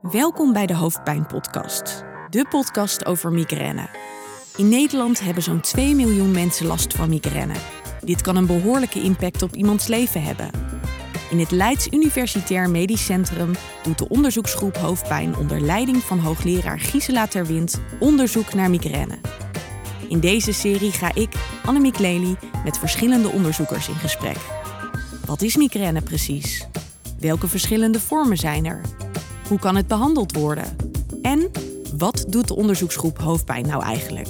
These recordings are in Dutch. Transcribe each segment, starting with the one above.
Welkom bij de Hoofdpijn-podcast, de podcast over migraine. In Nederland hebben zo'n 2 miljoen mensen last van migraine. Dit kan een behoorlijke impact op iemands leven hebben. In het Leids Universitair Medisch Centrum doet de onderzoeksgroep Hoofdpijn onder leiding van hoogleraar Gisela ter Wind onderzoek naar migraine. In deze serie ga ik, Annemiek Lely, met verschillende onderzoekers in gesprek. Wat is migraine precies? Welke verschillende vormen zijn er? Hoe kan het behandeld worden? En wat doet de onderzoeksgroep Hoofdpijn nou eigenlijk?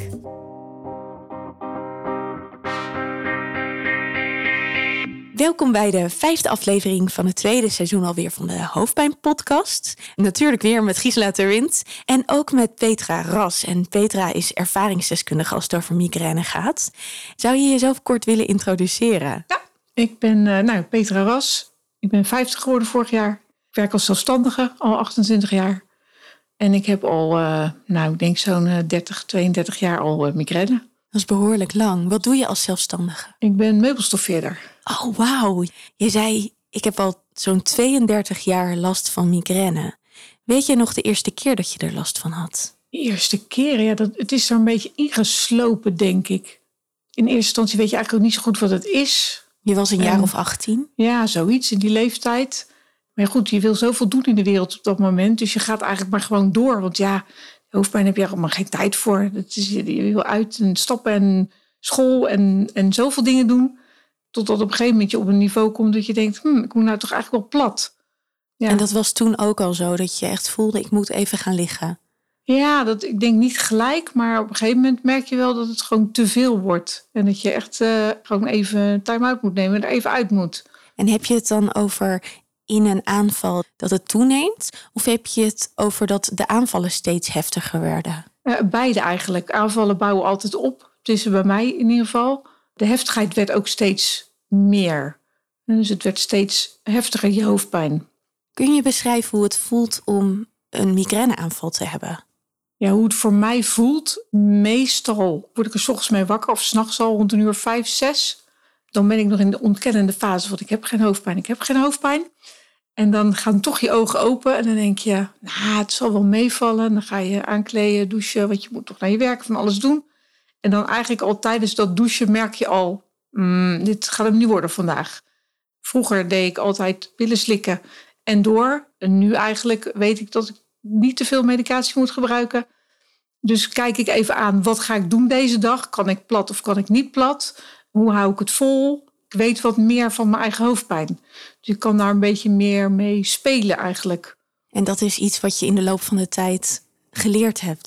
Welkom bij de 5e aflevering van het tweede seizoen alweer van de Hoofdpijn-podcast. Natuurlijk weer met Gisela ter Wind en ook met Petra Ras. En Petra is ervaringsdeskundige als het over migraine gaat. Zou je jezelf kort willen introduceren? Ja, ik ben Petra Ras. Ik ben 50 geworden vorig jaar. Ik werk als zelfstandige al 28 jaar. En ik heb al, ik denk zo'n 32 jaar al migraine. Dat is behoorlijk lang. Wat doe je als zelfstandige? Ik ben meubelstoffeerder. Oh, wauw. Je zei, ik heb al zo'n 32 jaar last van migraine. Weet je nog de eerste keer dat je er last van had? De eerste keer, ja, het is er een beetje ingeslopen, denk ik. In eerste instantie weet je eigenlijk ook niet zo goed wat het is. Je was een jaar of 18? Ja, zoiets in die leeftijd. Maar goed, je wil zoveel doen in de wereld op dat moment. Dus je gaat eigenlijk maar gewoon door. Want ja, hoofdpijn heb je helemaal geen tijd voor. Je wil uit en stappen en school en zoveel dingen doen. Totdat op een gegeven moment je op een niveau komt dat je denkt, ik moet nou toch eigenlijk wel plat. Ja. En dat was toen ook al zo, dat je echt voelde, ik moet even gaan liggen. Ja, ik denk niet gelijk, maar op een gegeven moment merk je wel dat het gewoon te veel wordt. En dat je echt gewoon even time-out moet nemen en er even uit moet. En heb je het dan over in een aanval dat het toeneemt? Of heb je het over dat de aanvallen steeds heftiger werden? Beide eigenlijk. Aanvallen bouwen altijd op. Het is er bij mij in ieder geval. De heftigheid werd ook steeds meer. Dus het werd steeds heftiger, je hoofdpijn. Kun je beschrijven hoe het voelt om een migraineaanval te hebben? Ja, hoe het voor mij voelt? Meestal word ik er 's ochtends mee wakker of 's nachts al rond 5, 6. Dan ben ik nog in de ontkennende fase van ik heb geen hoofdpijn. En dan gaan toch je ogen open en dan denk je, het zal wel meevallen. Dan ga je aankleden, douchen, want je moet toch naar je werk, van alles doen. En dan eigenlijk al tijdens dat douchen merk je al, dit gaat hem niet worden vandaag. Vroeger deed ik altijd pillen slikken en door. En nu eigenlijk weet ik dat ik niet te veel medicatie moet gebruiken. Dus kijk ik even aan, wat ga ik doen deze dag? Kan ik plat of kan ik niet plat? Hoe hou ik het vol? Ik weet wat meer van mijn eigen hoofdpijn. Dus ik kan daar een beetje meer mee spelen eigenlijk. En dat is iets wat je in de loop van de tijd geleerd hebt?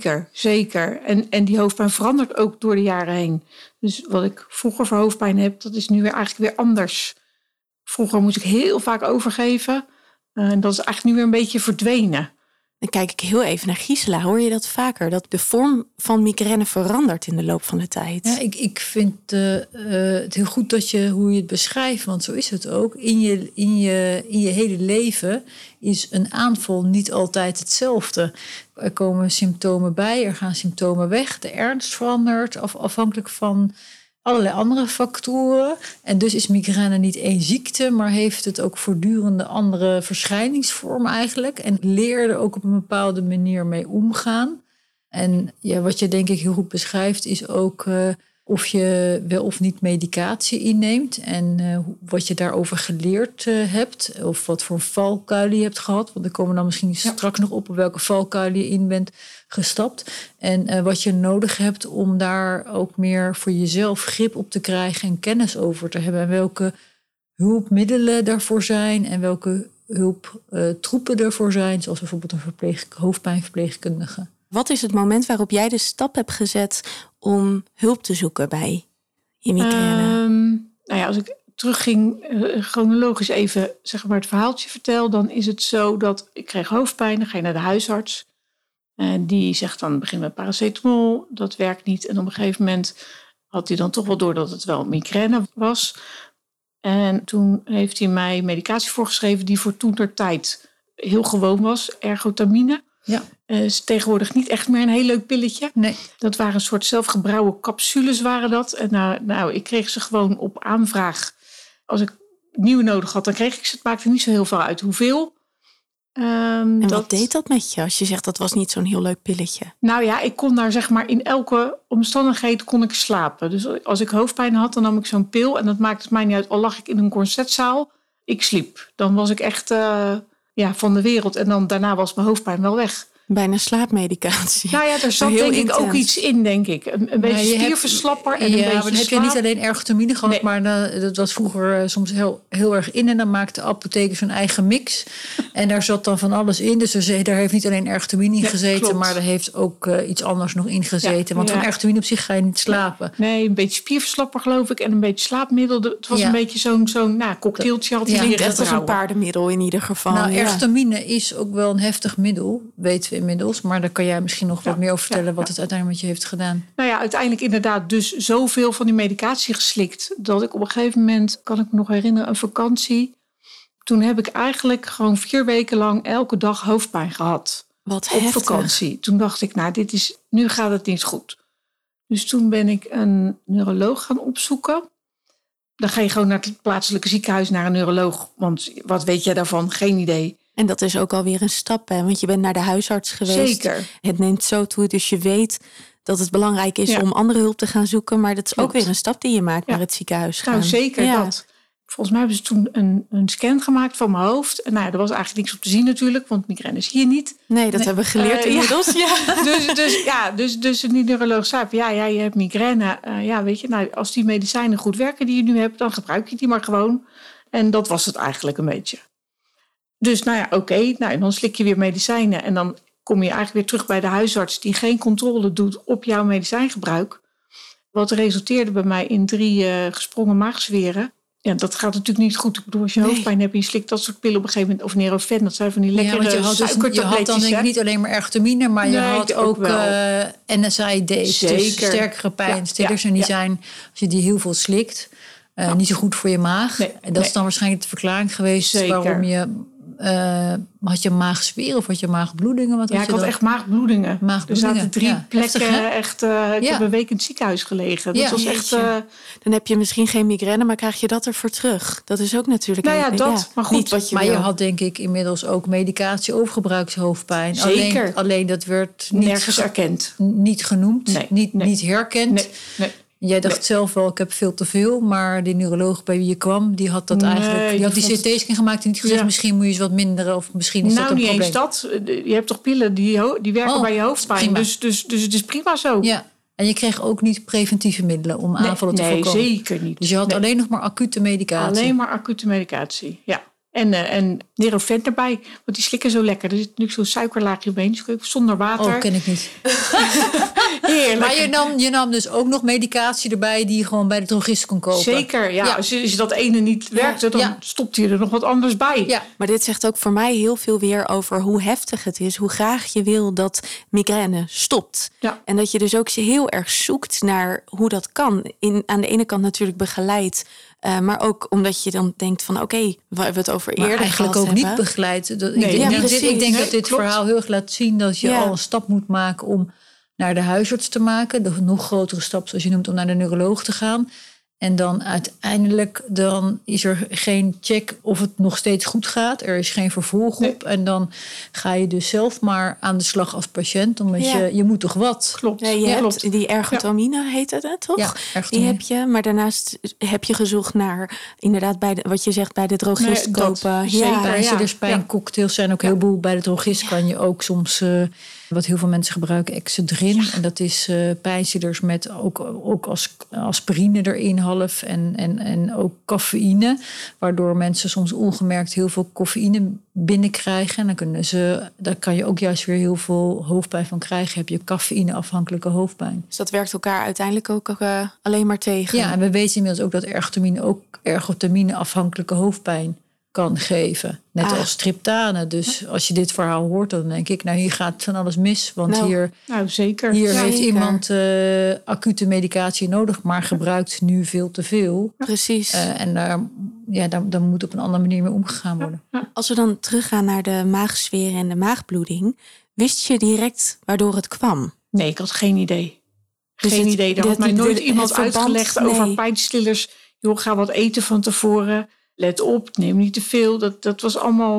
Zeker. En die hoofdpijn verandert ook door de jaren heen. Dus wat ik vroeger voor hoofdpijn heb, dat is nu eigenlijk weer anders. Vroeger moest ik heel vaak overgeven. En dat is eigenlijk nu weer een beetje verdwenen. Dan kijk ik heel even naar Gisela. Hoor je dat vaker? Dat de vorm van migraine verandert in de loop van de tijd? Ja, ik vind het heel goed hoe je het beschrijft. Want zo is het ook. In je hele leven is een aanval niet altijd hetzelfde. Er komen symptomen bij, er gaan symptomen weg. De ernst verandert afhankelijk van allerlei andere factoren. En dus is migraine niet één ziekte, maar heeft het ook voortdurende andere verschijningsvormen eigenlijk. En leer er ook op een bepaalde manier mee omgaan. En ja, wat je denk ik heel goed beschrijft is ook of je wel of niet medicatie inneemt. En wat je daarover geleerd hebt. Of wat voor valkuilen je hebt gehad. Want er komen dan misschien straks nog op welke valkuilen je in bent gestapt. En wat je nodig hebt om daar ook meer voor jezelf grip op te krijgen en kennis over te hebben. En welke hulpmiddelen daarvoor zijn en welke hulptroepen daarvoor zijn. Zoals bijvoorbeeld een hoofdpijnverpleegkundige. Wat is het moment waarop jij de stap hebt gezet om hulp te zoeken bij je migraine? Als ik terugging, chronologisch even zeg maar het verhaaltje vertel, dan is het zo dat ik kreeg hoofdpijn. Dan ga je naar de huisarts. Die zegt dan, begin met paracetamol. Dat werkt niet. En op een gegeven moment had hij dan toch wel door dat het wel migraine was. En toen heeft hij mij medicatie voorgeschreven die voor toentertijd heel gewoon was. Ergotamine. Ja. Is tegenwoordig niet echt meer een heel leuk pilletje. Nee. Dat waren een soort zelfgebrouwen capsules waren dat. En ik kreeg ze gewoon op aanvraag. Als ik nieuwe nodig had, dan kreeg ik ze. Het maakte niet zo heel veel uit hoeveel. En wat deed dat met je als je zegt dat was niet zo'n heel leuk pilletje? Nou ja, ik kon daar zeg maar in elke omstandigheid kon ik slapen. Dus als ik hoofdpijn had, dan nam ik zo'n pil. En dat maakte het mij niet uit. Al lag ik in een concertzaal, ik sliep. Dan was ik echt van de wereld. En dan daarna was mijn hoofdpijn wel weg. Bijna slaapmedicatie. Nou ja, daar zat denk ik ook iets in, denk ik. Een beetje spierverslapper en een beetje maar dan heb je niet alleen ergotamine gehad, maar dat was vroeger soms heel erg in. En dan maakte de apotheker zijn eigen mix. En daar zat dan van alles in. Dus daar heeft niet alleen ergotamine in gezeten, klopt. Maar er heeft ook iets anders nog in gezeten. Want van ergotamine op zich ga je niet slapen. Nee, een beetje spierverslapper geloof ik. En een beetje slaapmiddel. Het was een beetje zo'n cocktailtje. Had klinkt echt als een paardenmiddel in ieder geval. Nou, ergotamine is ook wel een heftig middel, weten we inmiddels. Maar daar kan jij misschien nog wat meer over vertellen wat het uiteindelijk met je heeft gedaan. Nou ja, uiteindelijk inderdaad dus zoveel van die medicatie geslikt. Dat ik op een gegeven moment, kan ik me nog herinneren, een vakantie. Toen heb ik eigenlijk gewoon 4 weken lang elke dag hoofdpijn gehad. Wat op heftig. Vakantie. Toen dacht ik, nu gaat het niet goed. Dus toen ben ik een neuroloog gaan opzoeken. Dan ga je gewoon naar het plaatselijke ziekenhuis naar een neuroloog. Want wat weet jij daarvan? Geen idee. En dat is ook alweer een stap, hè? Want je bent naar de huisarts geweest. Zeker. Het neemt zo toe, dus je weet dat het belangrijk is om andere hulp te gaan zoeken. Maar dat is ook weer een stap die je maakt naar het ziekenhuis gaan. Nou, zeker dat. Volgens mij hebben ze toen een scan gemaakt van mijn hoofd. En er was eigenlijk niks op te zien natuurlijk, want migraine is hier niet. Nee, dat hebben we geleerd inmiddels. Dus die neuroloog zei, je hebt migraine. Weet je, als die medicijnen goed werken die je nu hebt, dan gebruik je die maar gewoon. En dat was het eigenlijk een beetje. Dus oké, dan slik je weer medicijnen. En dan kom je eigenlijk weer terug bij de huisarts die geen controle doet op jouw medicijngebruik. Wat resulteerde bij mij in 3 gesprongen maagzweren. Ja, dat gaat natuurlijk niet goed. Ik bedoel, als je hoofdpijn hebt en je slikt dat soort pillen op een gegeven moment. Of Nerofen, dat zijn van die lekkere suikertabletjes. Je had dan denk ik niet alleen maar ergotamine, maar je had ook NSAID's. Dus sterkere pijnstillers. En die zijn, als je die heel veel slikt, niet zo goed voor je maag. En dat is dan waarschijnlijk de verklaring geweest waarom je... had je maagzweren of had je maagbloedingen? Ik had echt maagbloedingen. Er zaten 3 plekken. Echt, ik heb een week in het ziekenhuis gelegen. Dat was echt. Dan heb je misschien geen migraine, maar krijg je dat ervoor terug? Dat is ook natuurlijk. Maar goed. Niet wat je maar wil. Je had denk ik inmiddels ook medicatie overgebruikshoofdpijn. Zeker. Alleen dat werd nergens erkend. Niet genoemd, niet herkend. Nee. Jij dacht zelf wel, ik heb veel te veel. Maar die neuroloog bij wie je kwam, die had dat eigenlijk... Die had die CT-scan gemaakt en niet gezegd... misschien moet je eens wat minderen of misschien is dat een probleem. Nou, niet eens dat. Je hebt toch pillen die werken bij je hoofdpijn. Dus het is prima zo. Ja, en je kreeg ook niet preventieve middelen om aanvallen te voorkomen. Nee, zeker niet. Dus je had alleen nog maar acute medicatie. Alleen maar acute medicatie, ja. En Nerofen erbij, want die slikken zo lekker. Er zit natuurlijk zo'n suikerlaagje omheen, dus zonder water. Oh, ken ik niet. Heerlijk. Maar je nam dus ook nog medicatie erbij die je gewoon bij de drogist kon kopen. Zeker, ja. Als je dat ene niet werkte, dan stopt je er nog wat anders bij. Ja. Maar dit zegt ook voor mij heel veel weer over hoe heftig het is. Hoe graag je wil dat migraine stopt. Ja. En dat je dus ook heel erg zoekt naar hoe dat kan. Aan de ene kant natuurlijk begeleid. Maar ook omdat je dan denkt van oké, waar hebben we het over eerder eigenlijk ook hebben. Niet begeleid. Ik denk dat dit verhaal heel erg laat zien dat je al een stap moet maken om naar de huisarts te maken. De nog grotere stap, zoals je noemt, om naar de neuroloog te gaan. En dan uiteindelijk is er geen check of het nog steeds goed gaat. Er is geen vervolg op. En dan ga je dus zelf maar aan de slag als patiënt. Omdat je moet toch wat. Klopt. Ja, je hebt die ergotamine, heet het toch? Ja, die heb je. Maar daarnaast heb je gezocht naar, inderdaad, wat je zegt, bij de drogist kopen. Pijncocktails zijn ook heel veel. Bij de drogist kan je ook soms... wat heel veel mensen gebruiken, Excedrin. Ja. En dat is pijnstillers met ook aspirine erin half. En ook cafeïne. Waardoor mensen soms ongemerkt heel veel cafeïne binnenkrijgen. En daar kan je ook juist weer heel veel hoofdpijn van krijgen. Heb je cafeïne-afhankelijke hoofdpijn. Dus dat werkt elkaar uiteindelijk ook alleen maar tegen. Ja, en we weten inmiddels ook dat ergotamine ook ergotamine-afhankelijke hoofdpijn kan geven. Net als triptane. Dus als je dit verhaal hoort, dan denk ik... hier gaat van alles mis. Want hier heeft iemand acute medicatie nodig... maar gebruikt nu veel te veel. Precies. En daar moet op een andere manier mee omgegaan worden. Als we dan teruggaan naar de maagzweren en de maagbloeding... wist je direct waardoor het kwam? Nee, ik had geen idee. Geen idee. Er had mij nooit iemand uitgelegd over pijnstillers. Joh, ga wat eten van tevoren... Let op, neem niet te veel. Dat was allemaal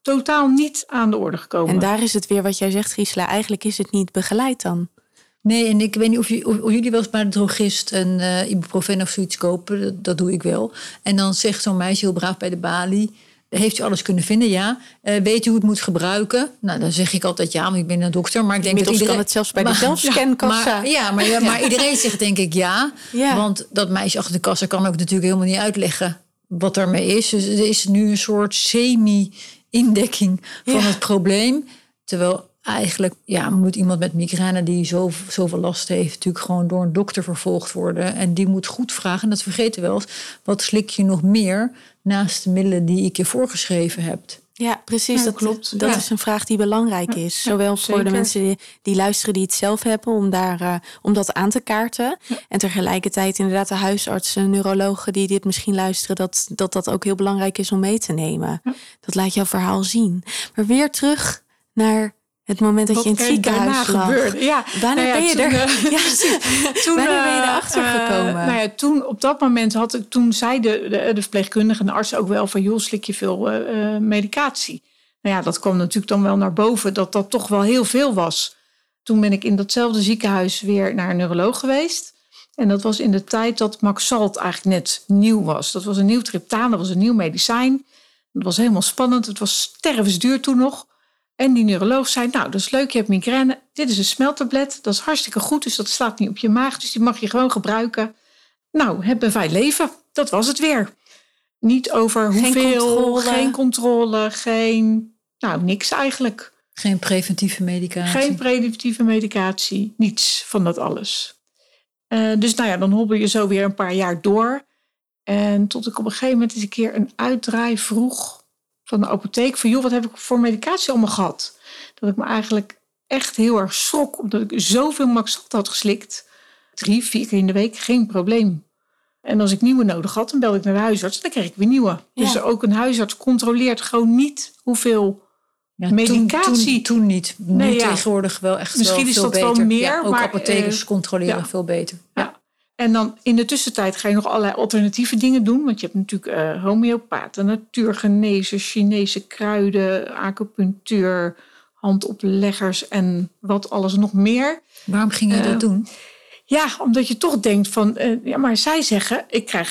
totaal niet aan de orde gekomen. En daar is het weer wat jij zegt, Gisela. Eigenlijk is het niet begeleid dan. Nee, en ik weet niet of jullie wel eens bij de drogist een ibuprofen of zoiets kopen. Dat doe ik wel. En dan zegt zo'n meisje heel braaf bij de balie: heeft u alles kunnen vinden? Ja. Weet u hoe het moet gebruiken? Nou, dan zeg ik altijd ja, want ik ben een dokter. Maar ik denk Inmiddels kan het zelfs bij de zelfscankassa. Maar iedereen zegt denk ik ja. Want dat meisje achter de kassa kan ook natuurlijk helemaal niet uitleggen wat daarmee is. Dus er is nu een soort semi-indekking van het probleem. Terwijl eigenlijk moet iemand met migraine die zoveel last heeft natuurlijk gewoon door een dokter vervolgd worden. En die moet goed vragen, en dat vergeten we wel eens, wat slik je nog meer naast de middelen die ik je voorgeschreven heb? Ja, precies. Ja, dat klopt. Dat is een vraag die belangrijk is. Zowel voor de mensen die luisteren die het zelf hebben, om dat aan te kaarten. Ja. En tegelijkertijd inderdaad de huisartsen, neurologen die dit misschien luisteren, dat ook heel belangrijk is om mee te nemen. Ja. Dat laat jouw verhaal zien. Maar weer terug naar het moment dat je in het ziekenhuis lag. Ja. Wanneer ben je Wanneer ben je erachter gekomen? Toen op dat moment toen zei de verpleegkundige en de arts ook wel van joh, slik je veel medicatie. Nou ja, dat kwam natuurlijk dan wel naar boven dat toch wel heel veel was. Toen ben ik in datzelfde ziekenhuis weer naar een neuroloog geweest. En dat was in de tijd dat Maxalt eigenlijk net nieuw was. Dat was een nieuw triptaan, dat was een nieuw medicijn. Dat was helemaal spannend. Het was stervensduur toen nog. En die neuroloog zei, nou, dat is leuk, je hebt migraine. Dit is een smeltablet, dat is hartstikke goed. Dus dat slaat niet op je maag, dus die mag je gewoon gebruiken. Nou, heb een fijn leven. Dat was het weer. Niet over hoeveel, geen controle, niks eigenlijk. Geen preventieve medicatie. Niets van dat alles. Dus dan hobbel je zo weer een paar jaar door. En tot ik op een gegeven moment eens een keer een uitdraai vroeg van de apotheek van joh, wat heb ik voor medicatie allemaal gehad? Dat ik me eigenlijk echt heel erg schrok, omdat ik zoveel Maxalt had geslikt. 3-4 keer in de week, geen probleem. En als ik nieuwe nodig had, dan belde ik naar de huisarts en dan kreeg ik weer nieuwe. Ja. Dus ook een huisarts controleert gewoon niet hoeveel medicatie. Toen niet. Nu tegenwoordig wel echt misschien wel veel beter. Misschien is dat wel meer. Ja, ook apothekers controleren veel beter. Ja. En dan in de tussentijd ga je nog allerlei alternatieve dingen doen. Want je hebt natuurlijk homeopaten, natuurgenezers, Chinese kruiden, acupunctuur, handopleggers en wat alles nog meer. Waarom ging je dat doen? Ja, omdat je toch denkt van, maar zij zeggen,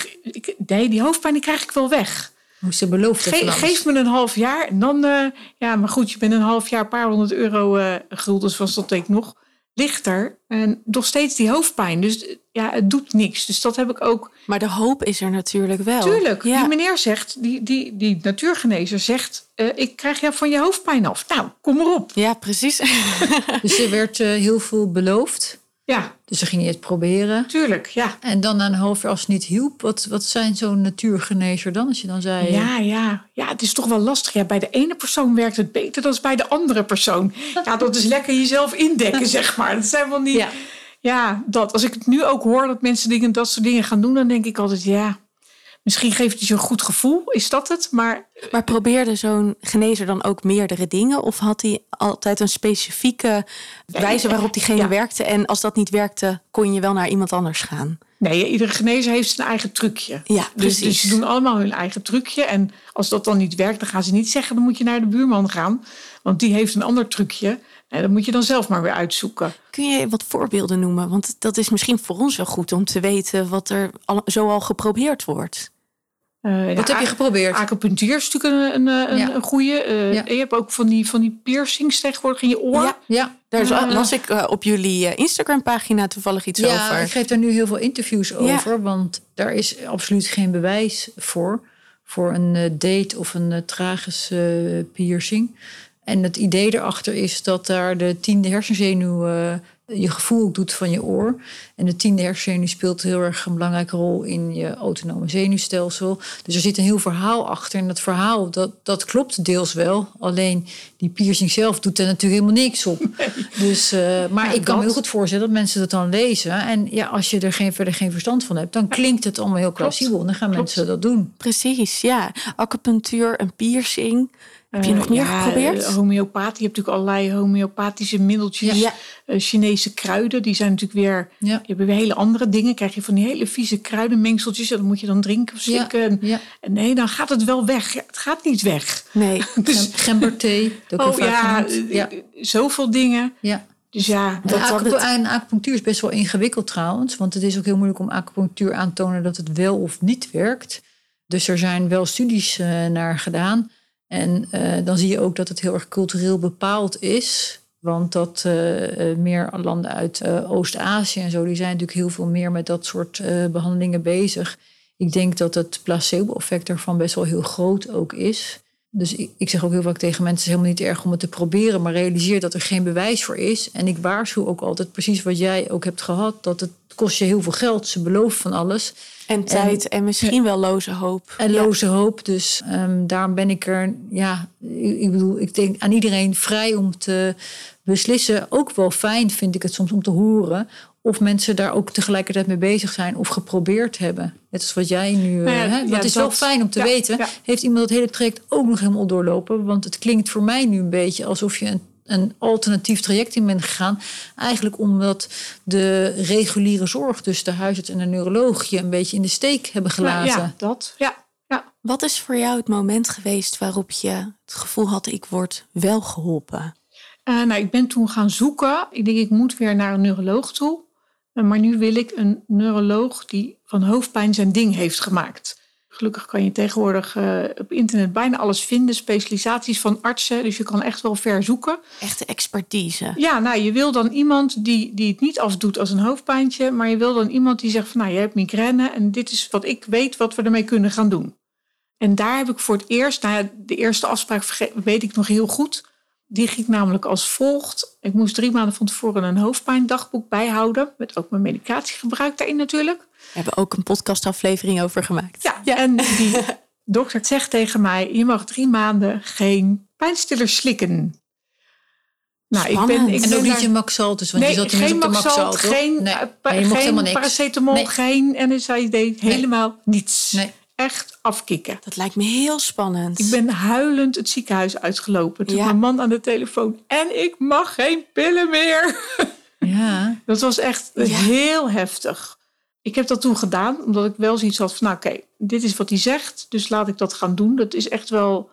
die hoofdpijn die krijg ik wel weg. Hoe ze beloofd geef me een half jaar en dan, maar goed, je bent een half jaar, een paar €100 guldens was dat denk ik nog. Lichter en nog steeds die hoofdpijn. Dus het doet niks. Dus dat heb ik ook. Maar de hoop is er natuurlijk wel. Tuurlijk. Ja. Die meneer zegt, die natuurgenezer zegt, ik krijg jou van je hoofdpijn af. Nou, kom maar op. Ja, precies. Dus er werd heel veel beloofd. Ja. Dus dan ging je het proberen. Tuurlijk, ja. En dan na een half jaar als het niet hielp. Wat zijn zo'n natuurgenezer dan? Als je dan zei... Ja, het is toch wel lastig. Ja, bij de ene persoon werkt het beter dan bij de andere persoon. Ja, dat is lekker jezelf indekken, zeg maar. Dat zijn wel niet... Ja, dat. Als ik het nu ook hoor dat mensen dat soort dingen gaan doen, dan denk ik altijd, misschien geeft het je een goed gevoel. Is dat het? Maar probeerde zo'n genezer dan ook meerdere dingen? Of had hij altijd een specifieke wijze waarop diegene werkte? En als dat niet werkte, kon je wel naar iemand anders gaan? Nee, iedere genezer heeft zijn eigen trucje. Ja, precies. Dus ze doen allemaal hun eigen trucje. En als dat dan niet werkt, dan gaan ze niet zeggen, dan moet je naar de buurman gaan. Want die heeft een ander trucje. En dat moet je dan zelf maar weer uitzoeken. Kun je wat voorbeelden noemen? Want dat is misschien voor ons wel goed om te weten wat er zo al geprobeerd wordt. Wat heb je geprobeerd? Acupunctuur is natuurlijk een goede. Je hebt ook van die piercings tegenwoordig in je oor. Ja. Daar las ik op jullie Instagram-pagina toevallig iets over. Ja, ik geef daar nu heel veel interviews over. Want daar is absoluut geen bewijs voor een date of een tragische piercing. En het idee erachter is dat daar de 10e hersenzenuw je gevoel doet van je oor. En de 10e hersenzenuw speelt heel erg een belangrijke rol in je autonome zenuwstelsel. Dus er zit een heel verhaal achter. En dat verhaal, dat klopt deels wel. Alleen die piercing zelf doet er natuurlijk helemaal niks op. Nee. Dus, maar ik kan me heel goed voorstellen dat mensen dat dan lezen. En ja, als je er verder geen verstand van hebt, dan klinkt het allemaal heel plausibel. En dan gaan mensen dat doen. Precies, ja. Acupunctuur, een piercing. Heb je nog meer geprobeerd? Homeopathie. Je hebt natuurlijk allerlei homeopathische middeltjes. Ja. Chinese kruiden, die zijn natuurlijk weer... Je hebt weer hele andere dingen. Krijg je van die hele vieze kruidenmengseltjes. En dat moet je dan drinken of slikken. Ja. En nee, dan gaat het wel weg. Ja, het gaat niet weg. Nee. Dus, gemberthee. Zoveel dingen. Ja. Dus ja. En acupunctuur is best wel ingewikkeld trouwens. Want het is ook heel moeilijk om acupunctuur aan te tonen dat het wel of niet werkt. Dus er zijn wel studies naar gedaan. En dan zie je ook dat het heel erg cultureel bepaald is. Want dat meer landen uit Oost-Azië en zo... die zijn natuurlijk heel veel meer met dat soort behandelingen bezig. Ik denk dat het placebo-effect ervan best wel heel groot ook is. Dus ik zeg ook heel vaak tegen mensen... het is helemaal niet erg om het te proberen... maar realiseer dat er geen bewijs voor is. En ik waarschuw ook altijd precies wat jij ook hebt gehad... dat het kost je heel veel geld. Ze beloven van alles... En tijd en misschien wel loze hoop. En loze hoop. Dus daarom ben ik er... Ja, ik bedoel, ik denk aan iedereen vrij om te beslissen. Ook wel fijn vind ik het soms om te horen... of mensen daar ook tegelijkertijd mee bezig zijn... of geprobeerd hebben. Net als wat jij nu... het is wel fijn om te weten. Ja. Heeft iemand het hele traject ook nog helemaal doorlopen? Want het klinkt voor mij nu een beetje alsof je een alternatief traject in bent gegaan. Eigenlijk omdat de reguliere zorg, dus de huisarts en de neuroloog... je een beetje in de steek hebben gelaten. Ja. Wat is voor jou het moment geweest waarop je het gevoel had... ik word wel geholpen? Ik ben toen gaan zoeken. Ik denk, ik moet weer naar een neuroloog toe. Maar nu wil ik een neuroloog die van hoofdpijn zijn ding heeft gemaakt. Gelukkig kan je tegenwoordig op internet bijna alles vinden. Specialisaties van artsen. Dus je kan echt wel ver zoeken. Echte expertise. Ja, je wil dan iemand die het niet afdoet als een hoofdpijntje. Maar je wil dan iemand die zegt van je hebt migraine. En dit is wat ik weet wat we ermee kunnen gaan doen. En daar heb ik voor het eerst... de eerste afspraak weet ik nog heel goed. Die ging namelijk als volgt. Ik moest 3 maanden van tevoren een hoofdpijndagboek bijhouden. Met ook mijn medicatiegebruik daarin natuurlijk. We hebben ook een podcastaflevering over gemaakt. Ja. En die dokter zegt tegen mij... je mag 3 maanden geen pijnstillers slikken. Ik ben en ook niet je Maxaltus, want je zat geen Maxalt, geen paracetamol, geen NSAID, helemaal niets. Nee. Echt afkicken. Dat lijkt me heel spannend. Ik ben huilend het ziekenhuis uitgelopen. Toen mijn man aan de telefoon. En ik mag geen pillen meer. Ja. Dat was echt heel heftig. Ik heb dat toen gedaan, omdat ik wel zoiets had van... dit is wat hij zegt, dus laat ik dat gaan doen. Dat is echt wel...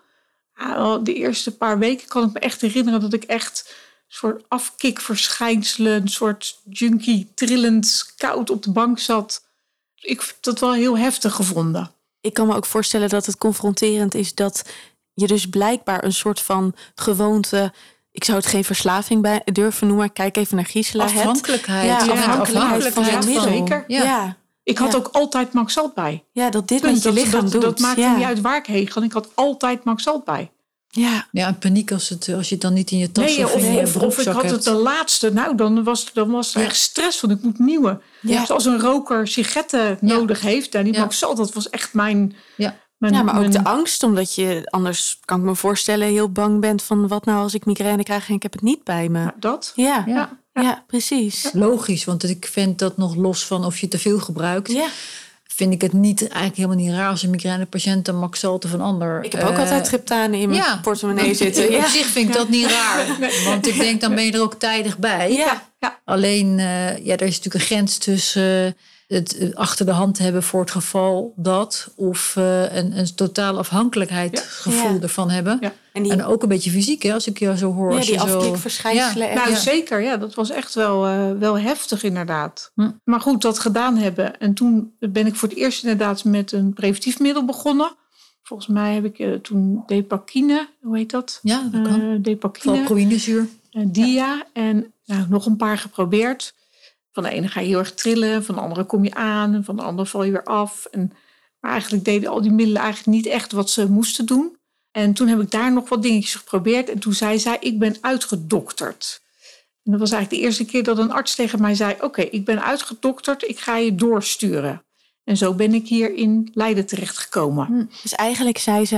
de eerste paar weken kan ik me echt herinneren... dat ik echt een soort afkikverschijnselen... een soort junkie trillend koud op de bank zat. Ik heb dat wel heel heftig gevonden. Ik kan me ook voorstellen dat het confronterend is... dat je dus blijkbaar een soort van gewoonte... ik zou het geen verslaving bij durven noemen... kijk even naar Gisela. Afhankelijkheid. Afhankelijkheid van het middel. Zeker. Ja. Ik had ook altijd Maxalt bij. Ja, dat dit met je lichaam doet. Dat maakte niet uit waar ik heen ging. Ik had altijd Maxalt bij. Ja, en paniek als je het dan niet in je tas of in je broekzak of ik had hebt. het de laatste. Dan was er echt stress van. Ik moet nieuwe. Ja. Zoals een roker sigaretten nodig heeft. Die Maxalt, dat was echt mijn... maar ook de angst. Omdat je anders, kan ik me voorstellen... heel bang bent van wat nou als ik migraine krijg... en ik heb het niet bij me. Ja, dat. Ja, precies. Ja. Logisch, want ik vind dat nog los van of je te veel gebruikt... Ja. Vind ik het eigenlijk helemaal niet raar als een migrainepatiënt een Maxalt of een ander. Ik heb ook altijd triptanen in mijn portemonnee zitten. Op zich vind ik dat niet raar. Want ik denk, dan ben je er ook tijdig bij. Ja. Alleen, er is natuurlijk een grens tussen het achter de hand hebben voor het geval dat... of een totale afhankelijkheidsgevoel ervan hebben. Ja. En ook een beetje fysiek, hè, als ik jou zo hoor. Ja, die afklikverschijnselen. Zeker. Ja, dat was echt wel heftig inderdaad. Maar goed, dat gedaan hebben. En toen ben ik voor het eerst inderdaad met een preventief middel begonnen. Volgens mij heb ik toen Depakine, hoe heet dat? Ja, dat kan. Depakine. Valproïnezuur. Dia. En nog een paar geprobeerd. Van de ene ga je heel erg trillen, van de andere kom je aan... en van de andere val je weer af. Maar eigenlijk deden al die middelen eigenlijk niet echt wat ze moesten doen. En toen heb ik daar nog wat dingetjes geprobeerd. En toen zei zij, ik ben uitgedokterd. En dat was eigenlijk de eerste keer dat een arts tegen mij zei... Oké, ik ben uitgedokterd, ik ga je doorsturen. En zo ben ik hier in Leiden terechtgekomen. Dus eigenlijk zei ze...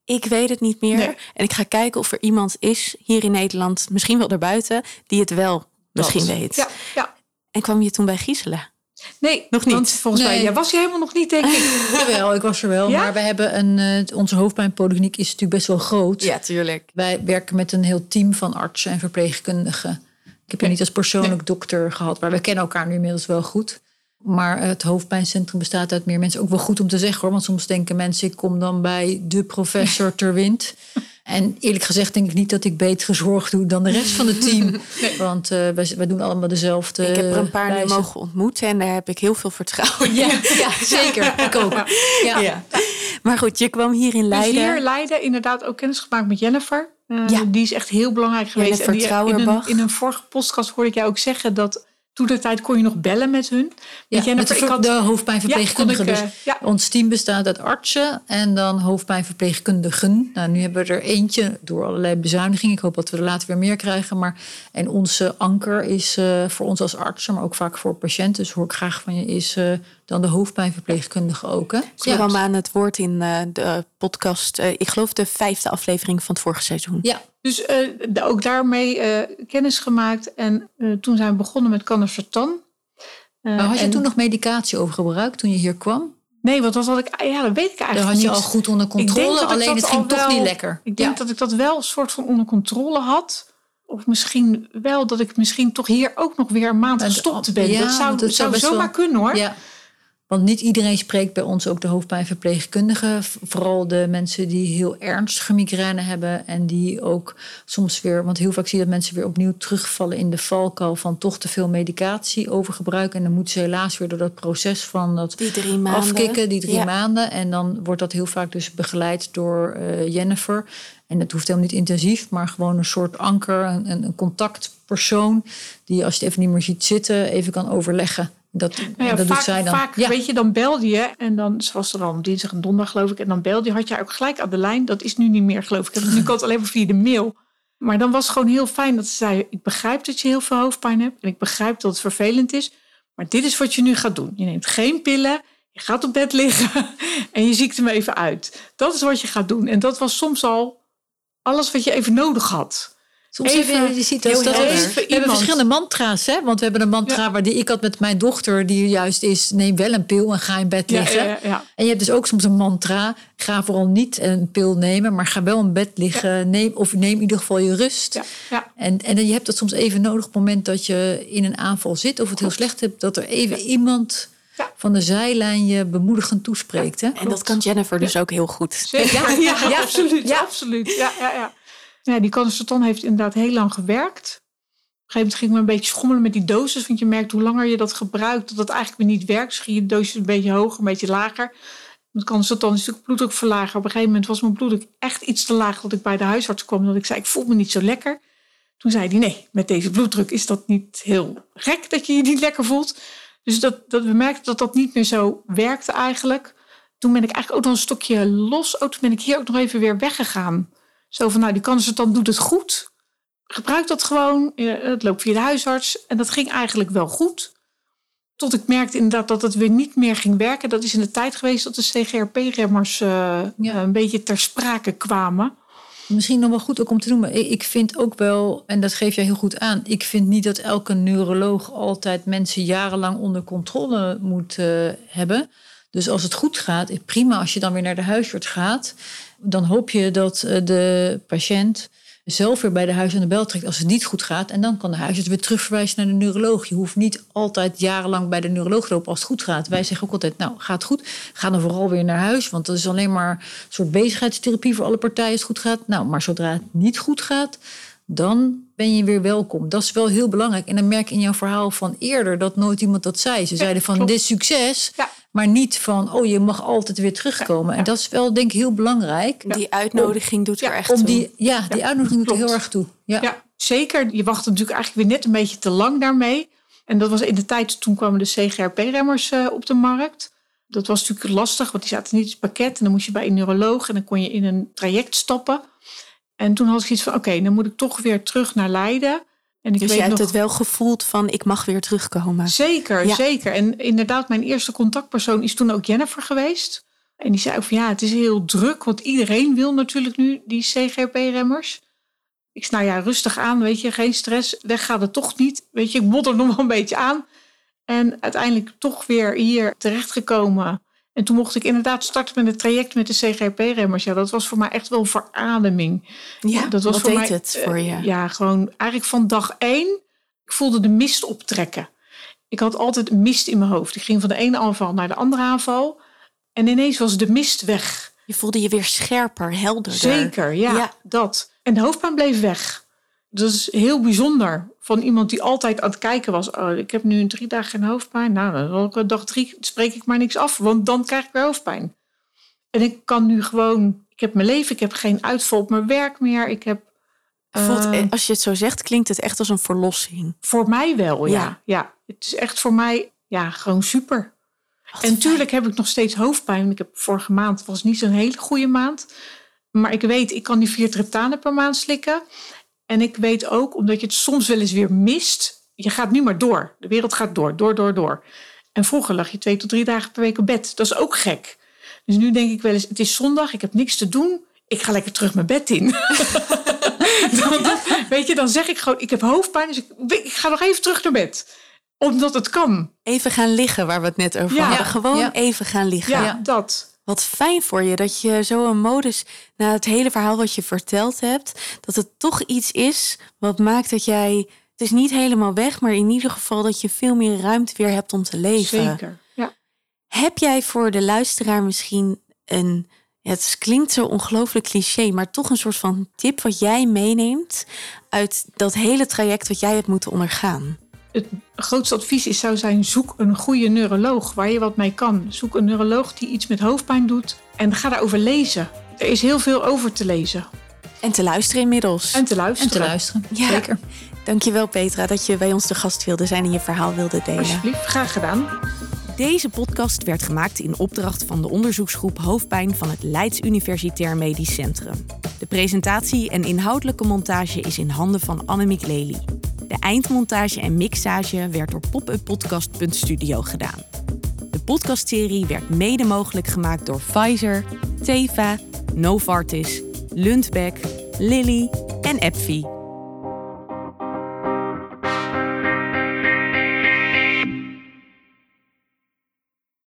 Ik weet het niet meer. Nee. En ik ga kijken of er iemand is hier in Nederland, misschien wel daarbuiten, die het wel misschien weet. Ja. En kwam je toen bij Gisela? Nee, Nog niet. Want volgens mij, jij was hier helemaal nog niet, denk ik. Jawel, ik was er wel. Ja? Maar we hebben onze hoofdpijnpolykliniek is natuurlijk best wel groot. Ja, tuurlijk. Wij werken met een heel team van artsen en verpleegkundigen. Ik heb je niet als persoonlijk dokter gehad, maar we kennen elkaar nu inmiddels wel goed. Maar het hoofdpijncentrum bestaat uit meer mensen. Ook wel goed om te zeggen hoor, want soms denken mensen, ik kom dan bij de professor ter wind. En eerlijk gezegd denk ik niet dat ik betere zorg doe dan de rest van het team. Nee. Want wij doen allemaal dezelfde. Ik heb er een paar nu mogen ontmoeten en daar heb ik heel veel vertrouwen in. Ja, zeker. Ik ook. Ja. Maar goed, je kwam hier in Leiden. Dus hier in Leiden inderdaad ook kennis gemaakt met Jennifer. Die is echt heel belangrijk geweest. Jennifer in een vorige podcast hoorde ik jou ook zeggen dat toen de tijd kon je nog bellen met hun. Met de hoofdpijnverpleegkundige. Ons team bestaat uit artsen en dan hoofdpijnverpleegkundigen. Nou, nu hebben we er eentje door allerlei bezuinigingen. Ik hoop dat we er later weer meer krijgen. En onze anker is voor ons als artsen, maar ook vaak voor patiënten. Dus hoor ik graag van je, is dan de hoofdpijnverpleegkundige ook. Hè? Ze kwam aan het woord in de podcast. Ik geloof de 5e aflevering van het vorige seizoen. Ja. Dus ook daarmee kennis gemaakt. En toen zijn we begonnen met Canacertan. Had je toen nog medicatie over gebruikt toen je hier kwam? Nee, want dat had ik, dat weet ik eigenlijk niet. Dat had je al goed onder controle, alleen het ging toch niet lekker. Ik denk dat ik dat wel een soort van onder controle had. Of misschien wel dat ik misschien toch hier ook nog weer een maand gestopt ben. Ja, dat zou zomaar kunnen hoor. Ja. Want niet iedereen spreekt bij ons, ook de hoofdpijnverpleegkundigen. Vooral de mensen die heel ernstige migraine hebben. En die ook soms weer, want heel vaak zie je dat mensen weer opnieuw terugvallen in de valkuil van toch te veel medicatie overgebruiken. En dan moeten ze helaas weer door dat proces van dat die 3 maanden afkicken, die 3 maanden. En dan wordt dat heel vaak dus begeleid door Jennifer. En het hoeft helemaal niet intensief, maar gewoon een soort anker, een contactpersoon die als je het even niet meer ziet zitten, even kan overleggen. Dat doet zij dan. Vaak, weet je, dan belde je en dan was er al dinsdag en donderdag geloof ik. En dan belde je, had je ook gelijk aan de lijn. Dat is nu niet meer geloof ik. Nu kan het alleen maar via de mail. Maar dan was het gewoon heel fijn dat ze zei, ik begrijp dat je heel veel hoofdpijn hebt. En ik begrijp dat het vervelend is. Maar dit is wat je nu gaat doen. Je neemt geen pillen, je gaat op bed liggen en je ziekt hem even uit. Dat is wat je gaat doen. En dat was soms al alles wat je even nodig had. Soms je ziet we hebben verschillende mantra's, hè? Want we hebben een mantra die ik had met mijn dochter, die juist is, neem wel een pil en ga in bed liggen. Ja. En je hebt dus ook soms een mantra, ga vooral niet een pil nemen, maar ga wel in bed liggen. Neem in ieder geval je rust. Ja. En je hebt dat soms even nodig op het moment dat je in een aanval zit of het heel slecht hebt, dat er even iemand van de zijlijn je bemoedigend toespreekt. Hè? En dat kan Jennifer dus ook heel goed. Zeker. Ja, absoluut. Ja. Ja, die Canacertan heeft inderdaad heel lang gewerkt. Op een gegeven moment ging ik me een beetje schommelen met die dosis. Want je merkt hoe langer je dat gebruikt, dat het eigenlijk weer niet werkt. Dus ging je dosis een beetje hoger, een beetje lager. Met Canacertan is natuurlijk bloeddruk verlagen. Op een gegeven moment was mijn bloeddruk echt iets te laag dat ik bij de huisarts kwam. Dat ik zei, ik voel me niet zo lekker. Toen zei hij, nee, met deze bloeddruk is dat niet heel gek dat je je niet lekker voelt. Dus we merkten dat niet meer zo werkte eigenlijk. Toen ben ik eigenlijk ook nog een stokje los. Toen ben ik hier ook nog even weer weggegaan. Zo van, die Canacertan doet het goed. Gebruik dat gewoon. Het loopt via de huisarts. En dat ging eigenlijk wel goed. Tot ik merkte inderdaad dat het weer niet meer ging werken. Dat is in de tijd geweest dat de CGRP-remmers een beetje ter sprake kwamen. Misschien nog wel goed ook om te doen. Maar ik vind ook wel, en dat geef jij heel goed aan, ik vind niet dat elke neuroloog altijd mensen jarenlang onder controle moet hebben. Dus als het goed gaat, prima als je dan weer naar de huisarts gaat. Dan hoop je dat de patiënt zelf weer bij de huisarts aan de bel trekt als het niet goed gaat. En dan kan de huisarts weer terugverwijzen naar de neuroloog. Je hoeft niet altijd jarenlang bij de neuroloog te lopen als het goed gaat. Wij zeggen ook altijd, gaat goed. Ga dan vooral weer naar huis. Want dat is alleen maar een soort bezigheidstherapie voor alle partijen als het goed gaat. Maar zodra het niet goed gaat, dan ben je weer welkom. Dat is wel heel belangrijk. En dan merk je in jouw verhaal van eerder dat nooit iemand dat zei. Ze zeiden van, dit is succes. Ja. Maar niet van, je mag altijd weer terugkomen. Ja. En dat is wel, denk ik, heel belangrijk. Die uitnodiging doet er echt toe. Die uitnodiging doet er heel erg toe. Ja, zeker. Je wachtte natuurlijk eigenlijk weer net een beetje te lang daarmee. En dat was in de tijd, toen kwamen de CGRP-remmers op de markt. Dat was natuurlijk lastig, want die zaten niet in het pakket. En dan moest je bij een neuroloog en dan kon je in een traject stappen. En toen had ik iets van, dan moet ik toch weer terug naar Leiden. En ik dus je hebt het wel gevoeld van, ik mag weer terugkomen. Zeker. En inderdaad, mijn eerste contactpersoon is toen ook Jennifer geweest. En die zei ook van het is heel druk. Want iedereen wil natuurlijk nu die CGRP-remmers. Ik zei, rustig aan, weet je, geen stress. Weg gaat het toch niet. Weet je, ik modder nog wel een beetje aan. En uiteindelijk toch weer hier terechtgekomen. En toen mocht ik inderdaad starten met het traject met de CGRP-remmers. Ja, dat was voor mij echt wel een verademing. Ja, dat was wat voor deed mij, het voor je? Ja, gewoon eigenlijk van dag 1. Ik voelde de mist optrekken. Ik had altijd mist in mijn hoofd. Ik ging van de ene aanval naar de andere aanval. En ineens was de mist weg. Je voelde je weer scherper, helderder. Zeker, ja, dat. En de hoofdpijn bleef weg. Dat is heel bijzonder. Van iemand die altijd aan het kijken was. Oh, ik heb nu 3 dagen geen hoofdpijn. Nou, dan dag 3 spreek ik maar niks af. Want dan krijg ik weer hoofdpijn. En ik kan nu gewoon... Ik heb mijn leven. Ik heb geen uitval op mijn werk meer. Ik heb... Als je het zo zegt, klinkt het echt als een verlossing. Voor mij wel, ja. Het is echt voor mij gewoon super. En natuurlijk heb ik nog steeds hoofdpijn. Ik heb vorige maand, was niet zo'n hele goede maand. Maar ik weet, ik kan die 4 triptanen per maand slikken. En ik weet ook, omdat je het soms wel eens weer mist. Je gaat nu maar door. De wereld gaat door. En vroeger lag je 2 tot 3 dagen per week op bed. Dat is ook gek. Dus nu denk ik wel eens, het is zondag, ik heb niks te doen. Ik ga lekker terug mijn bed in. Dan zeg ik gewoon, ik heb hoofdpijn. Dus ik ga nog even terug naar bed. Omdat het kan. Even gaan liggen, waar we het net over hadden. Gewoon even gaan liggen. Ja, dat. Wat fijn voor je dat je zo een modus, na het hele verhaal wat je verteld hebt, dat het toch iets is wat maakt dat jij, het is niet helemaal weg, maar in ieder geval dat je veel meer ruimte weer hebt om te leven. Zeker, ja. Heb jij voor de luisteraar misschien het klinkt zo ongelooflijk cliché, maar toch een soort van tip wat jij meeneemt uit dat hele traject wat jij hebt moeten ondergaan? Het grootste advies zou zijn, zoek een goede neuroloog waar je wat mee kan. Zoek een neuroloog die iets met hoofdpijn doet en ga daarover lezen. Er is heel veel over te lezen. En te luisteren inmiddels. En te luisteren. Ja. Zeker. Dankjewel Petra dat je bij ons de gast wilde zijn en je verhaal wilde delen. Alsjeblieft, graag gedaan. Deze podcast werd gemaakt in opdracht van de onderzoeksgroep Hoofdpijn van het Leids Universitair Medisch Centrum. De presentatie en inhoudelijke montage is in handen van Annemiek Lely. De eindmontage en mixage werd door popuppodcast.studio gedaan. De podcastserie werd mede mogelijk gemaakt door Pfizer, Teva, Novartis, Lundbeck, Lilly en AbbVie.